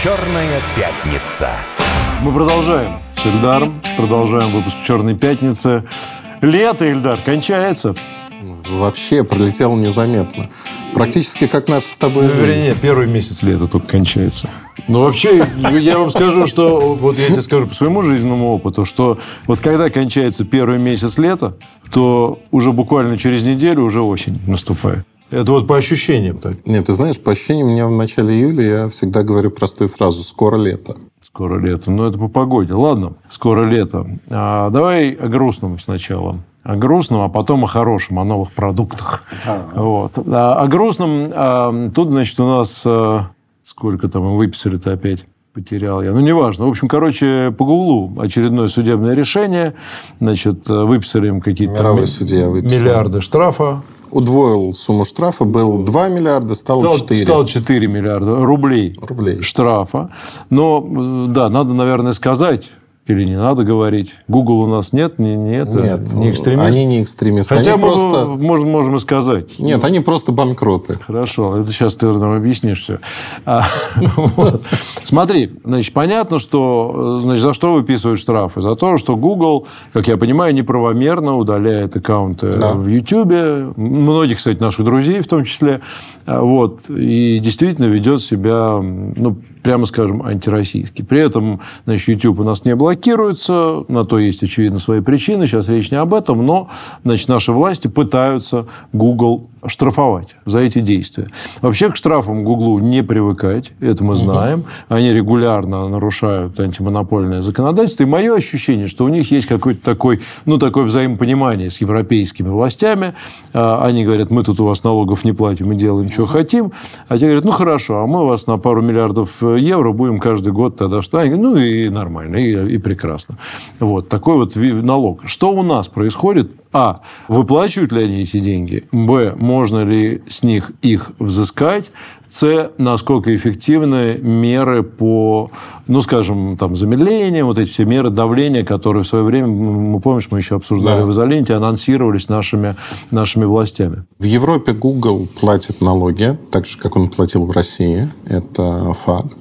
«Черная пятница». Мы продолжаем с Ильдаром. Продолжаем выпуск «Черной пятницы». Лето, Ильдар, кончается. Вообще пролетело незаметно. Практически как наша с тобой жизнь. Вернее, первый месяц лета только кончается. Но вообще, я вам скажу, что... Вот я тебе скажу по своему жизненному опыту, что вот когда кончается первый месяц лета, то уже буквально через неделю уже осень наступает. Это вот по ощущениям так. Нет, ты знаешь, по ощущениям, у меня в начале июля я всегда говорю простую фразу: «Скоро лето». Скоро лето. Но это по погоде. Ладно, скоро лето. Давай о грустном сначала. О грустном, а потом о хорошем, о новых продуктах. Вот. О грустном. Тут, значит, у нас... Сколько там мы выписали-то опять? Потерял я. Ну, неважно. В общем, короче, по Гуглу очередное судебное решение. Значит, выписали им какие-то миллиарды штрафа. Удвоил сумму штрафа. Был 2 миллиарда, стало 4. Стало 4 миллиарда рублей штрафа. Но, да, надо, наверное, сказать... Или не надо говорить? Google у нас нет, не экстремист? Они не экстремисты. Хотя мы просто... можем и сказать. Нет, они просто банкроты. Хорошо, это сейчас ты нам объяснишь все. Смотри, значит, понятно, что за что выписывают штрафы? За то, что Google, как я понимаю, неправомерно удаляет аккаунты в YouTube. Многих, кстати, наших друзей в том числе. Вот. И действительно ведет себя, прямо скажем, антироссийский. При этом, значит, YouTube у нас не блокируется, на то есть, очевидно, свои причины, сейчас речь не об этом, но, значит, наши власти пытаются Google штрафовать за эти действия. Вообще к штрафам Google не привыкать, это мы знаем. Они регулярно нарушают антимонопольное законодательство. И мое ощущение, что у них есть какое-то такое взаимопонимание с европейскими властями. Они говорят: мы тут у вас налогов не платим, мы делаем, что хотим. А те говорят: хорошо, а мы вас на пару миллиардов евро будем каждый год тогда что? Они говорят: и нормально, и прекрасно. Вот такой вот налог. Что у нас происходит? А. Выплачивают ли они эти деньги? Б. Можно ли с них их взыскать? С. Насколько эффективны меры по, скажем, замедлениям, вот эти все меры давления, которые в свое время, мы помнишь, мы еще обсуждали в «Изоленте», анонсировались нашими властями. В Европе Google платит налоги, так же, как он платил в России. Это факт.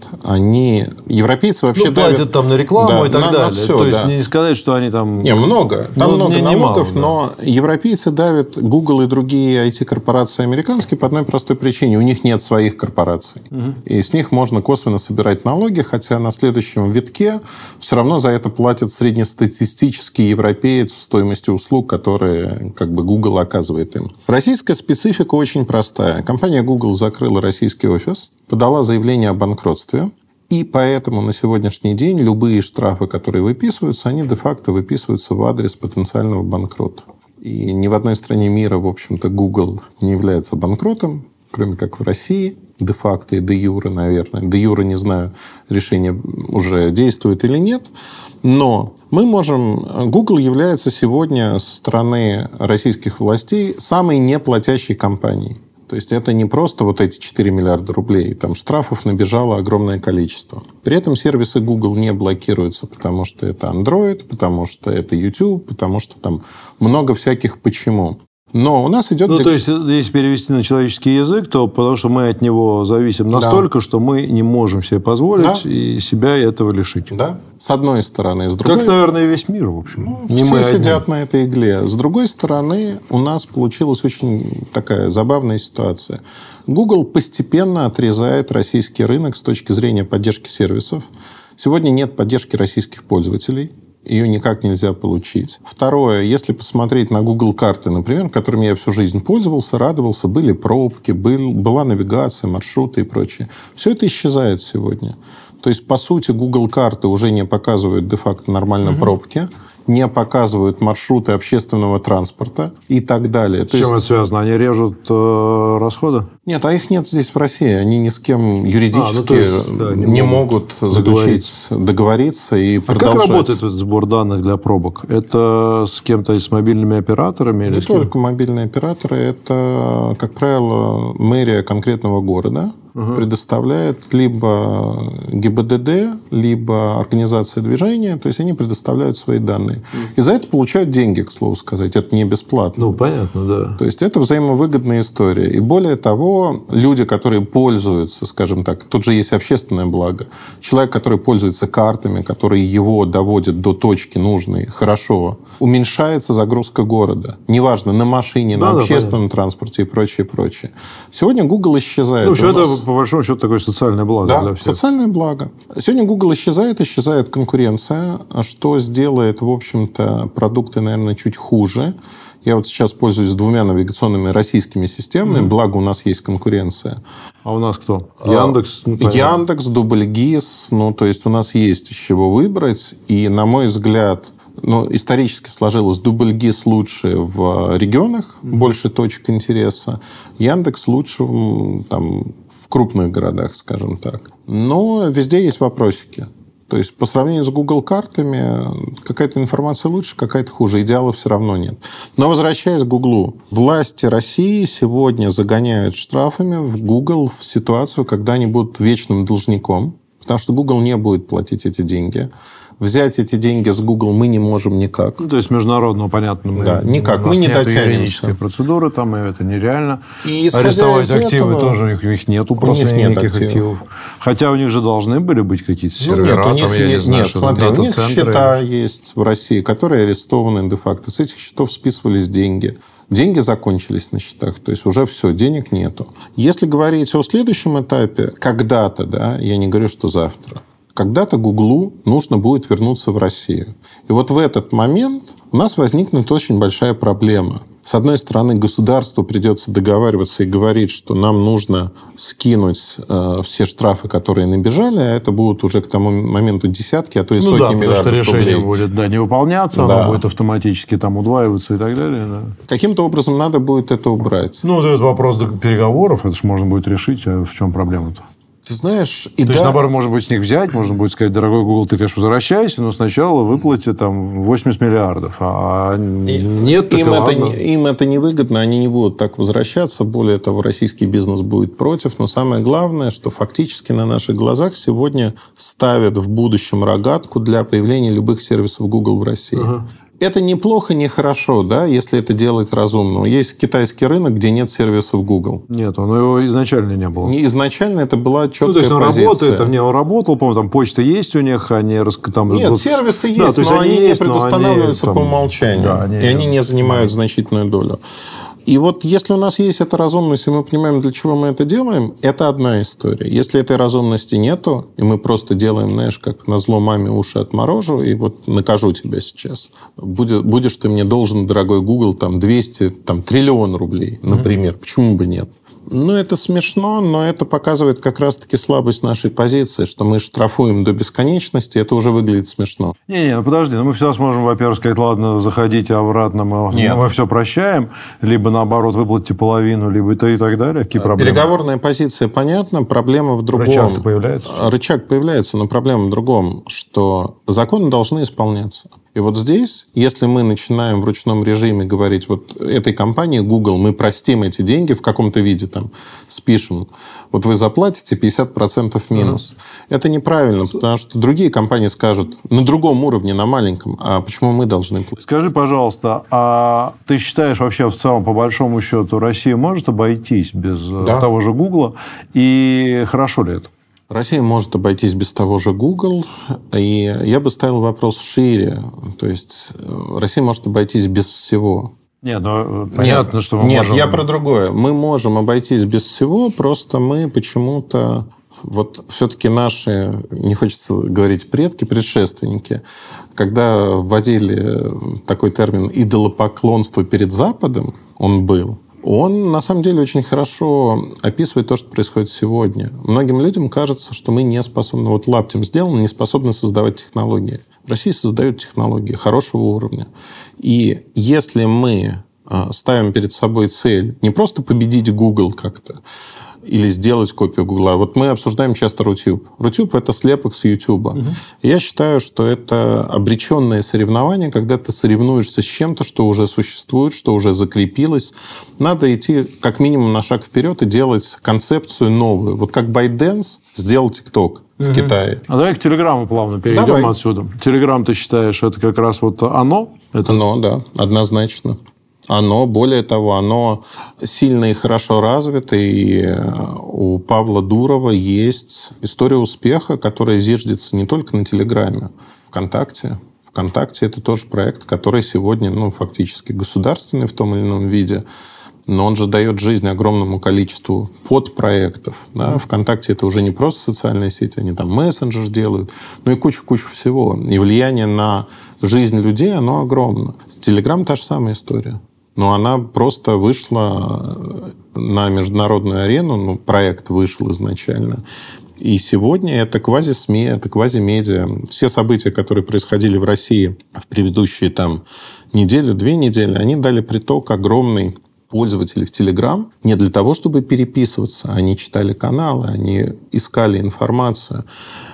Европейцы вообще платят там на рекламу и так далее. Все, то есть, не сказать, что они там... Много. Там много налогов, но европейцы давят Google и другие IT-корпорации американские по одной простой причине. У них нет своих корпораций. И с них можно косвенно собирать налоги, хотя на следующем витке все равно за это платит среднестатистический европеец в стоимости услуг, которые Google оказывает им. Российская специфика очень простая. Компания Google закрыла российский офис, подала заявление о банкротстве. И поэтому на сегодняшний день любые штрафы, которые выписываются, они де-факто выписываются в адрес потенциального банкрота. И ни в одной стране мира, в общем-то, Google не является банкротом, кроме как в России, де-факто и де-юре, наверное. Де-юре, не знаю, решение уже действует или нет. Но мы можем... Google является сегодня со стороны российских властей самой неплатящей компанией. То есть, это не просто вот эти 4 миллиарда рублей. Там штрафов набежало огромное количество. При этом сервисы Google не блокируются, потому что это Android, потому что это YouTube, потому что там много всяких «почему». Но у нас идет... то есть, если перевести на человеческий язык, то потому что мы от него зависим настолько, что мы не можем себе позволить и себя этого лишить. Да. С одной стороны. С другой... Как, наверное, весь мир, в общем. Все сидят на этой игле. С другой стороны, у нас получилась очень такая забавная ситуация. Google постепенно отрезает российский рынок с точки зрения поддержки сервисов. Сегодня нет поддержки российских пользователей. Ее никак нельзя получить. Второе, если посмотреть на Google карты, например, которыми я всю жизнь пользовался, радовался, были пробки, была навигация, маршруты и прочее. Все это исчезает сегодня. То есть, по сути, Google карты уже не показывают де-факто нормально пробки, не показывают маршруты общественного транспорта и так далее. С чем это связано? Они режут расходы? Нет, а их нет здесь в России. Они ни с кем юридически не могут договориться и продолжать. Как работает этот сбор данных для пробок? Это с кем-то, с мобильными операторами? Не только мобильные операторы. Это, как правило, мэрия конкретного города. предоставляет либо ГИБДД, либо организация движения, то есть они предоставляют свои данные. И за это получают деньги, к слову сказать. Это не бесплатно. Ну, понятно, да. То есть это взаимовыгодная история. И более того, люди, которые пользуются, скажем так, тут же есть общественное благо. Человек, который пользуется картами, которые его доводят до точки нужной, хорошо, уменьшается загрузка города. Неважно, на машине, на общественном транспорте и прочее, прочее. Сегодня Google исчезает. Ну, это, по большому счету, такое социальное благо. Да, для всех. социальное благо. Сегодня Google исчезает конкуренция, что сделает, в общем-то, продукты, наверное, чуть хуже. Я вот сейчас пользуюсь 2 навигационными российскими системами, благо у нас есть конкуренция. А у нас кто? Яндекс? Яндекс, Дубльгиз. Ну, то есть у нас есть из чего выбрать. И, на мой взгляд, исторически сложилось, Дубльгиз лучше в регионах, больше точек интереса. Яндекс лучше в крупных городах, скажем так. Но везде есть вопросики. То есть, по сравнению с Google картами, какая-то информация лучше, какая-то хуже. Идеала все равно нет. Но, возвращаясь к Google, власти России сегодня загоняют штрафами в Google в ситуацию, когда они будут вечным должником, потому что Google не будет платить эти деньги. Взять эти деньги с Google мы не можем никак. То есть, международного, понятно, никак. Мы не дотянемся. Юридической процедуры, там, и это нереально. И арестовать активы тоже, их нету просто никаких активов. Хотя у них же должны были быть какие-то сервера. Нет, смотри, у них счета есть в России, которые арестованы де-факто. С этих счетов списывались деньги. Деньги закончились на счетах, то есть уже все, денег нету. Если говорить о следующем этапе, когда-то, я не говорю, что завтра, когда-то Гуглу нужно будет вернуться в Россию. И вот в этот момент у нас возникнет очень большая проблема. С одной стороны, государству придется договариваться и говорить, что нам нужно скинуть все штрафы, которые набежали, а это будут уже к тому моменту десятки, а то и сотни миллиардов рублей. Потому что решение будет не выполняться, оно будет автоматически удваиваться и так далее. Да. Каким-то образом надо будет это убрать. Это вопрос переговоров, это же можно будет решить. А в чем проблема-то? Ты знаешь... То есть, наоборот, можно будет с них взять, можно будет сказать, дорогой Google, ты, конечно, возвращайся, но сначала выплати 80 миллиардов. А нет, им это невыгодно, они не будут так возвращаться. Более того, российский бизнес будет против. Но самое главное, что фактически на наших глазах сегодня ставят в будущем рогатку для появления любых сервисов Google в России. Это неплохо, не хорошо, если это делать разумно. Есть китайский рынок, где нет сервисов Google. Нет, но его изначально не было. Изначально это была четкая то есть, он позиция. Он работал, по-моему, почта есть у них, они... Нет, сервисы есть, но они не предустанавливаются по умолчанию. И они не занимают значительную долю. И вот если у нас есть эта разумность, и мы понимаем, для чего мы это делаем, это одна история. Если этой разумности нету, и мы просто делаем, как назло маме уши отморожу, и вот накажу тебя сейчас. Будешь ты мне должен, дорогой Google, 200, триллион рублей, например. Почему бы нет? Это смешно, но это показывает как раз-таки слабость нашей позиции, что мы штрафуем до бесконечности, это уже выглядит смешно. Подожди, мы всегда сможем, во-первых, сказать, ладно, заходите обратно, мы все прощаем, либо, наоборот, выплатите половину, либо и так далее. Какие проблемы? Переговорная позиция понятна, проблема в другом. Рычаг-то появляется? Рычаг появляется, но проблема в другом, что законы должны исполняться. И вот здесь, если мы начинаем в ручном режиме говорить, вот этой компании Google мы простим эти деньги в каком-то виде, спишем, вот вы заплатите 50% минус. Это неправильно, потому что другие компании скажут на другом уровне, на маленьком, а почему мы должны платить? Скажи, пожалуйста, а ты считаешь вообще в целом, по большому счету, Россия может обойтись без того же Google? И хорошо ли это? Россия может обойтись без того же Google, и я бы ставил вопрос шире. То есть, Россия может обойтись без всего. Понятно, что мы можем... Нет, я про другое. Мы можем обойтись без всего, просто мы почему-то... Вот все-таки наши, не хочется говорить предки, предшественники, когда вводили такой термин «идолопоклонство перед Западом», он был... Он, на самом деле, очень хорошо описывает то, что происходит сегодня. Многим людям кажется, что мы не способны... Вот лаптем сделано, не способны создавать технологии. В России создают технологии хорошего уровня. И если мы ставим перед собой цель не просто победить Google как-то, или сделать копию Гугла. Вот мы обсуждаем часто Рутюб. Рутюб – это слепок с Ютуба. Я считаю, что это обреченное соревнование, когда ты соревнуешься с чем-то, что уже существует, что уже закрепилось. Надо идти как минимум на шаг вперед и делать концепцию новую. Вот как ByteDance сделал TikTok в Китае. А давай к Телеграму плавно перейдем отсюда. Телеграм, ты считаешь, это как раз вот оно? Оно, да, однозначно. Оно, более того, оно сильно и хорошо развито, и у Павла Дурова есть история успеха, которая зиждется не только на Телеграме. ВКонтакте. ВКонтакте – это тоже проект, который сегодня, фактически государственный в том или ином виде, но он же дает жизнь огромному количеству подпроектов. Да? ВКонтакте это уже не просто социальная сеть, они там мессенджер делают, и кучу-кучу всего. И влияние на жизнь людей, оно огромно. Телеграм – та же самая история. Но она просто вышла на международную арену, проект вышел изначально. И сегодня это квази-СМИ, это квази-медиа. Все события, которые происходили в России в предыдущие неделю-две недели, они дали приток огромный пользователей в Телеграм не для того, чтобы переписываться. Они читали каналы, они искали информацию.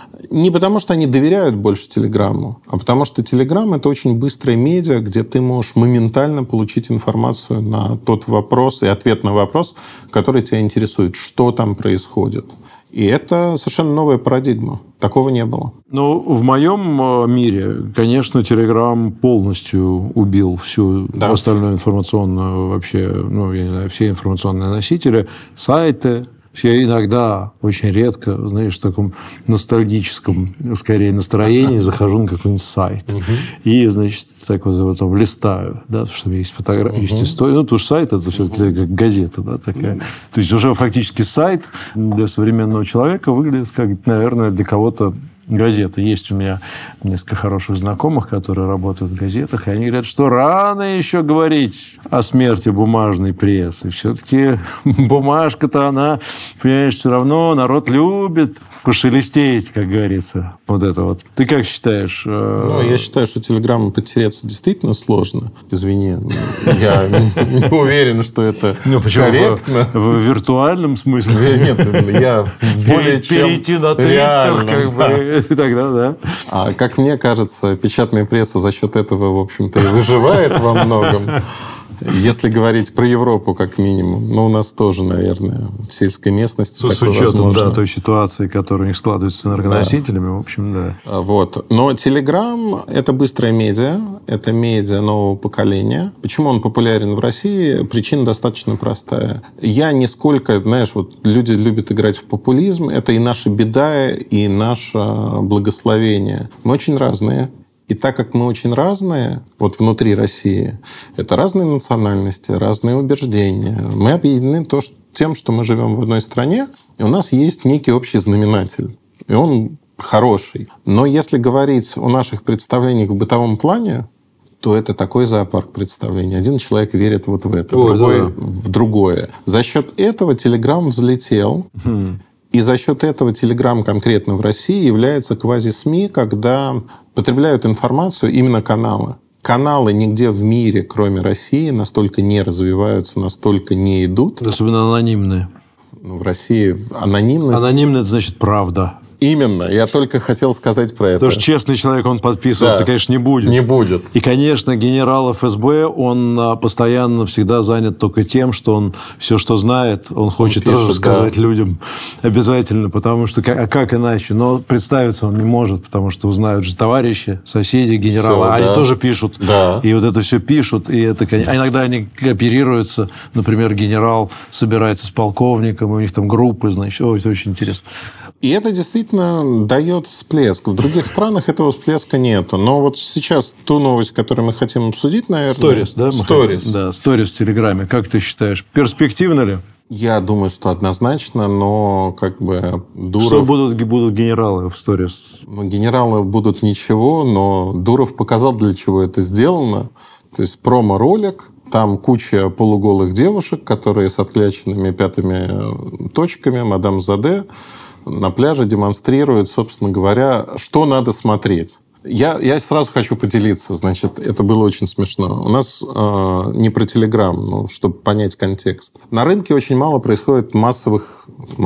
Не потому, что они доверяют больше Телеграмму, а потому что Телеграм – это очень быстрое медиа, где ты можешь моментально получить информацию на тот вопрос и ответ на вопрос, который тебя интересует, что там происходит. И это совершенно новая парадигма. Такого не было. В моем мире, конечно, Телеграм полностью убил всю остальную информационную вообще, я не знаю, все информационные носители, сайты. Я иногда, очень редко, в таком ностальгическом, скорее, настроении захожу на какой-нибудь сайт. И, так вот там листаю, потому что есть фотографии, есть история. Потому что сайт – это все-таки как газета, такая. То есть, уже фактически сайт для современного человека выглядит как, наверное, для кого-то газета. Есть у меня несколько хороших знакомых, которые работают в газетах, и они говорят, что рано еще говорить о смерти бумажной прессы. Все-таки бумажка-то она, понимаешь, все равно народ любит пошелестеть, как говорится. Вот это вот. Ты как считаешь? Я считаю, что Телеграмму потеряться действительно сложно. Извини, я не уверен, что это корректно. В виртуальном смысле? Нет, я более чем перейти на Твиттер, как бы. Тогда, да. А как мне кажется, печатная пресса за счет этого, в общем-то, и выживает во многом. Если говорить про Европу, как минимум. У нас тоже, наверное, в сельской местности такое возможно. С учетом той ситуации, которая у них складывается с энергоносителями, в общем, да. Но Телеграм – это быстрое медиа, это медиа нового поколения. Почему он популярен в России? Причина достаточно простая. Я нисколько, люди любят играть в популизм. Это и наша беда, и наше благословение. Мы очень разные. И так как мы очень разные, внутри России, это разные национальности, разные убеждения. Мы объединены тем, что мы живем в одной стране, и у нас есть некий общий знаменатель. И он хороший. Но если говорить о наших представлениях в бытовом плане, то это такой зоопарк представлений. Один человек верит в это, другой в другое. За счет этого Телеграм взлетел. И за счет этого Телеграм конкретно в России является квази-СМИ, когда потребляют информацию именно каналы. Каналы нигде в мире, кроме России, настолько не развиваются, настолько не идут. Особенно анонимные. В России анонимность... Анонимность – это значит правда. Именно. Я только хотел сказать про это. Потому что честный человек, он подписываться, конечно, не будет. Не будет. И, конечно, генерал ФСБ, он постоянно всегда занят только тем, что он все, что знает, он хочет тоже рассказать людям обязательно, потому что как иначе? Но представиться он не может, потому что узнают же товарищи, соседи генерала, они тоже пишут. Да. И это все пишут, и это, а иногда они кооперируются. Например, генерал собирается с полковником, у них там группы, это очень интересно. И это действительно дает всплеск. В других странах этого всплеска нету. Но сейчас ту новость, которую мы хотим обсудить, наверное... Сторис, да? Сторис. Да, сторис в Телеграме. Как ты считаешь, перспективно ли? Я думаю, что однозначно, но Дуров... Что будут генералы в сторис? Генералы будут ничего, но Дуров показал, для чего это сделано. То есть промо-ролик, там куча полуголых девушек, которые с откляченными пятыми точками, мадам Заде, на пляже демонстрируют, собственно говоря, что надо смотреть. Я сразу хочу поделиться. Значит, это было очень смешно. У нас не про Телеграм, но чтобы понять контекст. На рынке очень мало происходит массовых,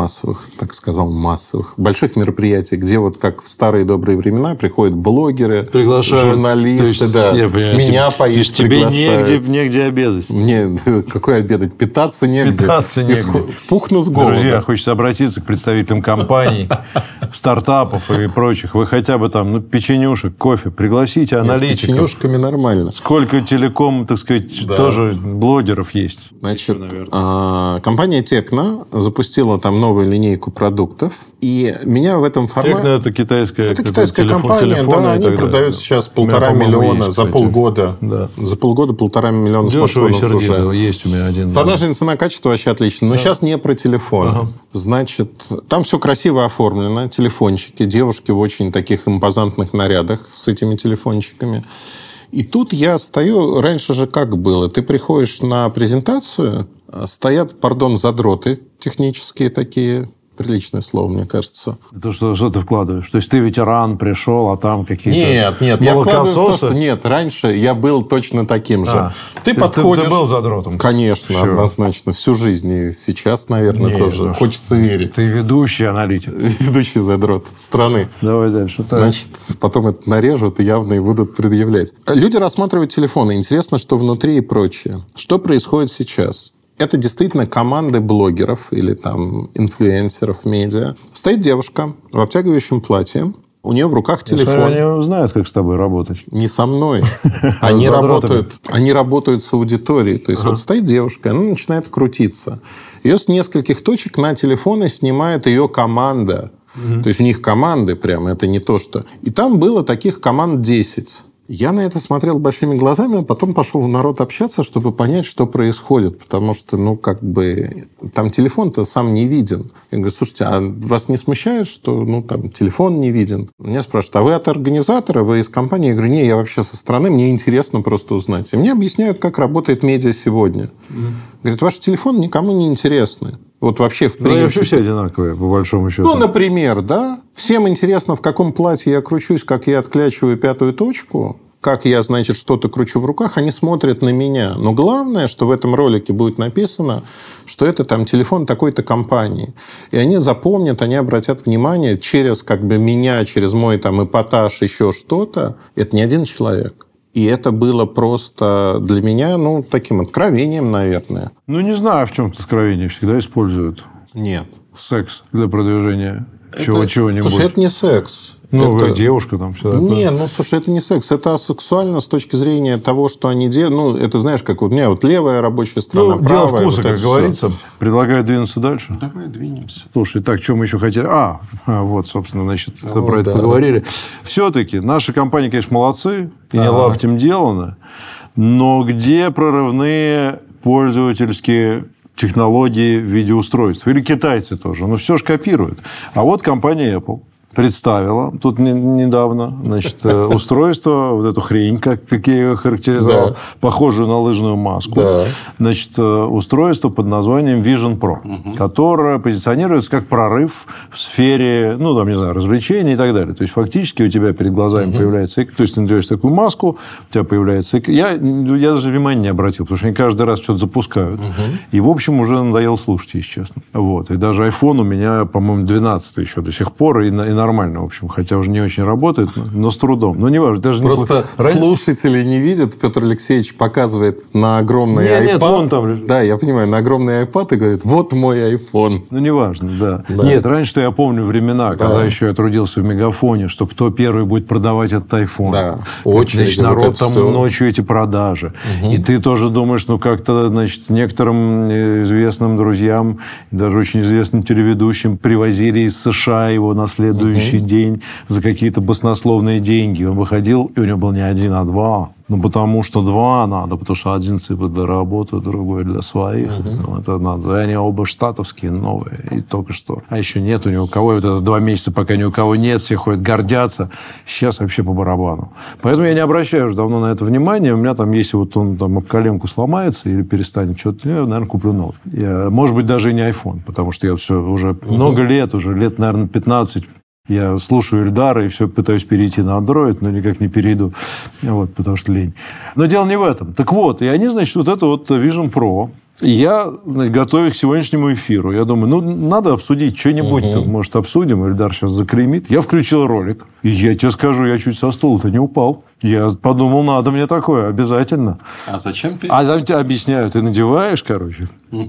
больших мероприятий, где вот как в старые добрые времена приходят блогеры, журналисты. Меня поесть. То есть тебе негде обедать. Мне какой обедать? Питаться негде. Пухну с голода. Друзья, хочется обратиться к представителям компаний, стартапов и прочих. Вы хотя бы там, печенюшек, кофе, пригласите аналитиков. С печенюшками нормально. Сколько телеком, так сказать, тоже блогеров есть. Значит, компания Текно запустила там новую линейку продуктов. И меня в этом формате... Текно – это китайская компания. Да, они продают сейчас 1,5 миллиона за полгода. Да. За полгода 1,5 миллиона смартфонов уже. Есть у меня один. Соответственно, цена-качество вообще отлично. Но сейчас не про телефон. Значит, там все красиво оформлено. Телефончики. Девушки в очень таких импозантных нарядах с этими телефончиками. И тут я стою... Раньше же как было? Ты приходишь на презентацию, стоят, задроты технические такие... Приличное слово, мне кажется. Это что ты вкладываешь? То есть ты ветеран, пришел, а там какие-то... Нет. Я вкладываю в то, что... Нет, раньше я был точно таким же. Ты подходишь... Ты был задротом? Конечно, однозначно. Всю жизнь. И сейчас, наверное, тоже. Хочется верить. Ты ведущий аналитик. Ведущий задрот страны. Давай дальше. Значит, потом это нарежут и явно и будут предъявлять. Люди рассматривают телефоны. Интересно, что внутри и прочее. Что происходит сейчас? Это действительно команды блогеров или там инфлюенсеров, медиа. Стоит девушка в обтягивающем платье. У нее в руках телефон. Они знают, как с тобой работать. Не со мной. Они работают с аудиторией. То есть, вот стоит девушка, она начинает крутиться. Ее с нескольких точек на телефоны снимает ее команда. То есть, у них команды прямо. Это не то, что... И там было таких команд 10. Я на это смотрел большими глазами, а потом пошел в народ общаться, чтобы понять, что происходит. Потому что, там телефон-то сам не виден. Я говорю, слушайте, а вас не смущает, что, там телефон не виден? Меня спрашивают, а вы от организатора, вы из компании? Я говорю, не, я вообще со стороны, мне интересно просто узнать. И мне объясняют, как работает медиа сегодня. Говорят, ваш телефон никому не интересны. Вот вообще в принципе. Вообще все одинаковые, по большому счету. Например, да. Всем интересно, в каком платье я кручусь, как я отклячиваю пятую точку, как я, что-то кручу в руках, они смотрят на меня. Но главное, что в этом ролике будет написано, что это там телефон такой-то компании. И они запомнят, они обратят внимание через меня, через мой там эпатаж, еще что-то. Это не один человек. И это было просто для меня, таким откровением, наверное. Не знаю, в чем это откровение всегда используют. Нет. Секс для продвижения чего-нибудь. Слушай, это не секс. Вы девушка там все такое. Не, слушай, это не секс. Это асексуально с точки зрения того, что они делают. Это знаешь, как у меня левая рабочая сторона, правая. Дело вкуса, как говорится. Предлагаю двинуться дальше. Давай двинемся. Слушай, так, что мы еще хотели? Собственно, про это поговорили. Все-таки наши компании, конечно, молодцы. И не лаптем делано. Но где прорывные пользовательские технологии в виде устройств? Или китайцы тоже. Все же копируют. А вот компания Apple представила тут недавно, устройство, вот эту хрень, как я ее характеризовал, похожую на лыжную маску. Устройство под названием Vision Pro, которое позиционируется как прорыв в сфере, развлечений и так далее. То есть, фактически у тебя перед глазами появляется... То есть, ты надеваешь такую маску, у тебя появляется... Я даже внимания не обратил, потому что они каждый раз что-то запускают. И, в общем, уже надоело слушать, если честно. И даже iPhone у меня, по-моему, 12-й еще до сих пор, и нормально, в общем. Хотя уже не очень работает, но с трудом. Но неважно. Даже просто слушатели не видят. Петр Алексеевич показывает на огромный iPad. Нет, вон там лежит. Да, я понимаю. На огромный iPad и говорит, вот мой iPhone. Неважно, да. Нет, раньше-то я помню времена, когда еще я трудился в Мегафоне, что кто первый будет продавать этот iPhone. Да. Очень. Народ там ночью эти продажи. И ты тоже думаешь, как-то, некоторым известным друзьям, даже очень известным телеведущим привозили из США его на следующий день за какие-то баснословные деньги. Он выходил, и у него был не один, а два. Потому что два надо, потому что один для работы, другой для своих. Это надо. И они оба штатовские, новые. И только что. А еще нет у ни у кого. И вот это 2 месяца, пока ни у кого нет, все ходят, гордятся. Сейчас вообще по барабану. Поэтому я не обращаю уже давно на это внимания. У меня там, если он там об коленку сломается или перестанет что-то, я, наверное, куплю новый. Может быть, даже и не iPhone. Потому что я все уже много лет, наверное, 15 Я слушаю Ильдара и все пытаюсь перейти на Android, но никак не перейду, вот, потому что лень. Но дело не в этом. Так вот, и они, значит, вот это вот Vision Pro. И я, готовясь к сегодняшнему эфиру, я думаю, надо обсудить что-нибудь. Может, обсудим. Ильдар сейчас заклеймит. Я включил ролик. И я тебе скажу, я чуть со стула-то не упал. Я подумал, надо мне такое, обязательно. А зачем ты? А там тебе объясняют. Ты надеваешь, короче,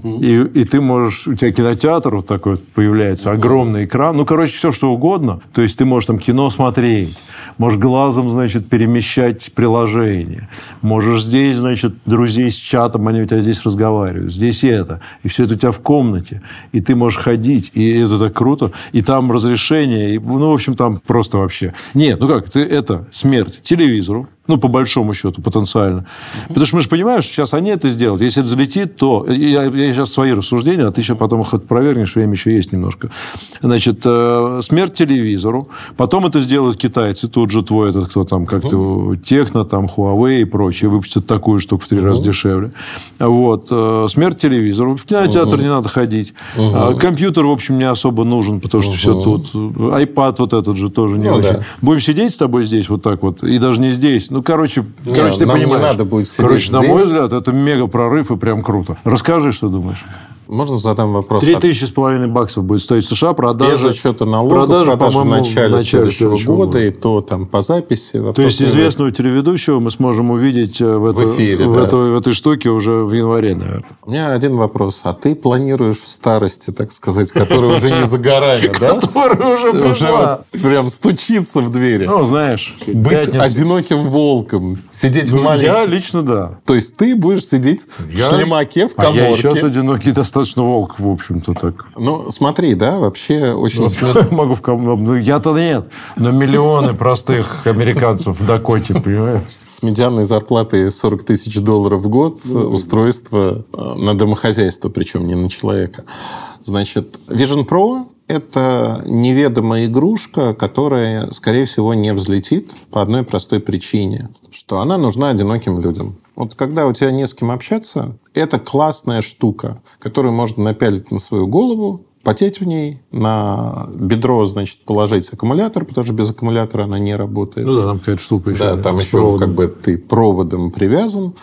и ты можешь... У тебя кинотеатр вот такой вот появляется, огромный экран. Ну, короче, все, что угодно. То есть, ты можешь там кино смотреть. Можешь глазом, значит, перемещать приложение. Можешь здесь, значит, друзей с чатом, они у тебя здесь разговаривают. Здесь это. И все это у тебя в комнате. И ты можешь ходить. И это так круто. И там разрешение. И, ну, в общем, там просто вообще... Нет, ну как, это смерть телевизору. Ну, по большому счету, потенциально. Потому что мы же понимаем, что сейчас они это сделают. Если это взлетит, то... Я сейчас свои рассуждения, а ты еще потом их опровергнешь. Время еще есть немножко. Значит, смерть телевизору. Потом это сделают китайцы. Тут же твой этот, кто там, как-то... Техно, там, Huawei и прочее. Выпустят такую штуку в 3 раза дешевле. Вот. Смерть телевизору. В кинотеатр не надо ходить. Компьютер, в общем, не особо нужен, потому что все тут. iPad вот этот же тоже не очень. Да. Будем сидеть с тобой здесь вот так вот. И даже не здесь. Ну, короче, ты понимаешь. Не надо будет сидеть короче, здесь. На мой взгляд, это мега прорыв и прям круто. Расскажи, что думаешь. Можно задам вопрос? $3,500 будет стоить в США. Продажи, без учета налогов, продажи в начале следующего года, и то там по записи. То есть, известного телеведущего мы сможем увидеть в эфире, в этой штуке уже в январе, наверное. У меня один вопрос. А ты планируешь в старости, так сказать, которая уже не за горами, да? Которая уже пришла. Прям стучится в двери. Ну, знаешь. Быть одиноким волком. Сидеть в маленьком... Я лично, да. То есть, ты будешь сидеть в шлемаке, в коморке. А я сейчас одинокий достаточно волк, в общем-то, так. Ну, смотри, да, вообще очень... Могу в я-то нет, но миллионы простых американцев в Дакоте, понимаешь? С медианной зарплатой $40 тысяч в год устройство на домохозяйство, причем не на человека. Значит, Vision Pro – это неведомая игрушка, которая, скорее всего, не взлетит по одной простой причине, что она нужна одиноким людям. Вот когда у тебя не с кем общаться, это классная штука, которую можно напялить на свою голову, потеть в ней, на бедро, значит, положить аккумулятор, потому что без аккумулятора она не работает. Ну да, там какая-то штука еще. Да, там еще как бы ты проводом привязан.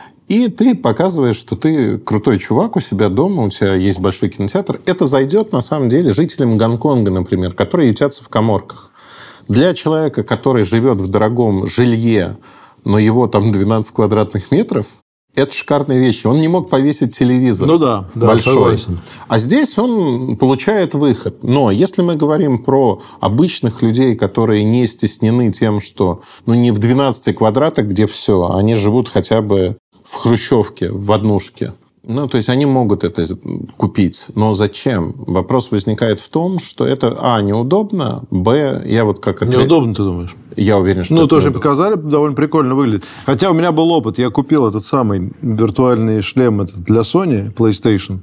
И ты показываешь, что ты крутой чувак у себя дома, у тебя есть большой кинотеатр. Это зайдет, на самом деле, жителям Гонконга, например, которые ютятся в каморках. Для человека, который живет в дорогом жилье, но его там 12 квадратных метров, это шикарные вещи. Он не мог повесить телевизор. Ну да, большой. Согласен. А здесь он получает выход. Но если мы говорим про обычных людей, которые не стеснены тем, что не в 12 квадратах, где все, они живут хотя бы в хрущевке, в однушке. Ну, то есть, они могут это купить. Но зачем? Вопрос возникает в том, что это, неудобно, я вот как... Неудобно, ты думаешь? Я уверен, что тоже показали, довольно прикольно выглядит. Хотя у меня был опыт. Я купил этот самый виртуальный шлем для Sony, PlayStation.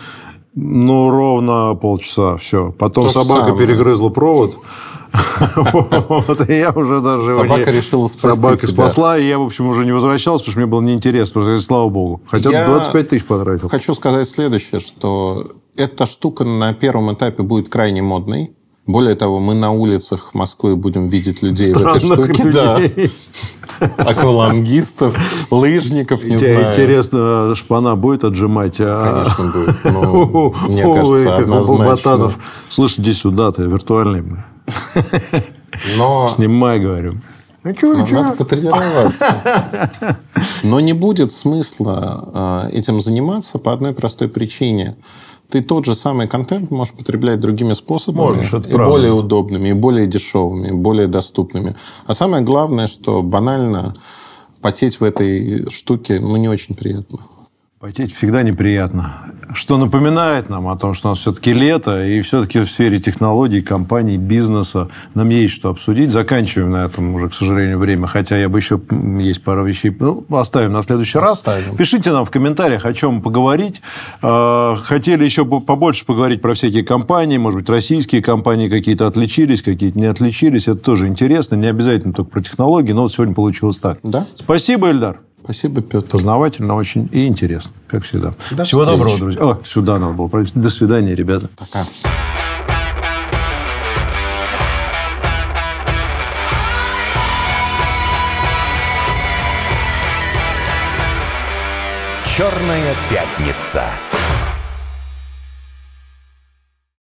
Ну, ровно полчаса, все. Потом собака перегрызла провод. И я уже даже... Собака решила спасти Собака спасла, и я, в общем, уже не возвращался, потому что мне было неинтересно. Просто, слава богу. Хотя 25 тысяч потратил. Хочу сказать следующее, что эта штука на первом этапе будет крайне модной. Более того, мы на улицах Москвы будем видеть людей странных в этой штуке. Людей. Да. Аквалангистов, лыжников, не знаю. Интересно, шпана будет отжимать? Конечно, будет. Мне кажется, однозначно. Слушай, иди сюда, ты виртуальный. Снимай, говорю. Надо потренироваться. Но не будет смысла этим заниматься по одной простой причине. Ты тот же самый контент можешь потреблять другими способами. И более удобными, и более дешевыми, и более доступными. А самое главное, что банально потеть в этой штуке не очень приятно. Потеть всегда неприятно. Что напоминает нам о том, что у нас все-таки лето, и все-таки в сфере технологий, компаний, бизнеса нам есть что обсудить. Заканчиваем на этом уже, к сожалению, время. Хотя я бы еще... Есть пара вещей. Оставим на следующий раз. Пишите нам в комментариях, о чем поговорить. Хотели еще побольше поговорить про всякие компании. Может быть, российские компании какие-то отличились, какие-то не отличились. Это тоже интересно. Не обязательно только про технологии, но вот сегодня получилось так. Да. Спасибо, Ильдар. Спасибо, Петр. Познавательно очень и интересно, как всегда. Всего доброго, друзья. Сюда надо было пройти. До свидания, ребята. Пока. «Черная пятница».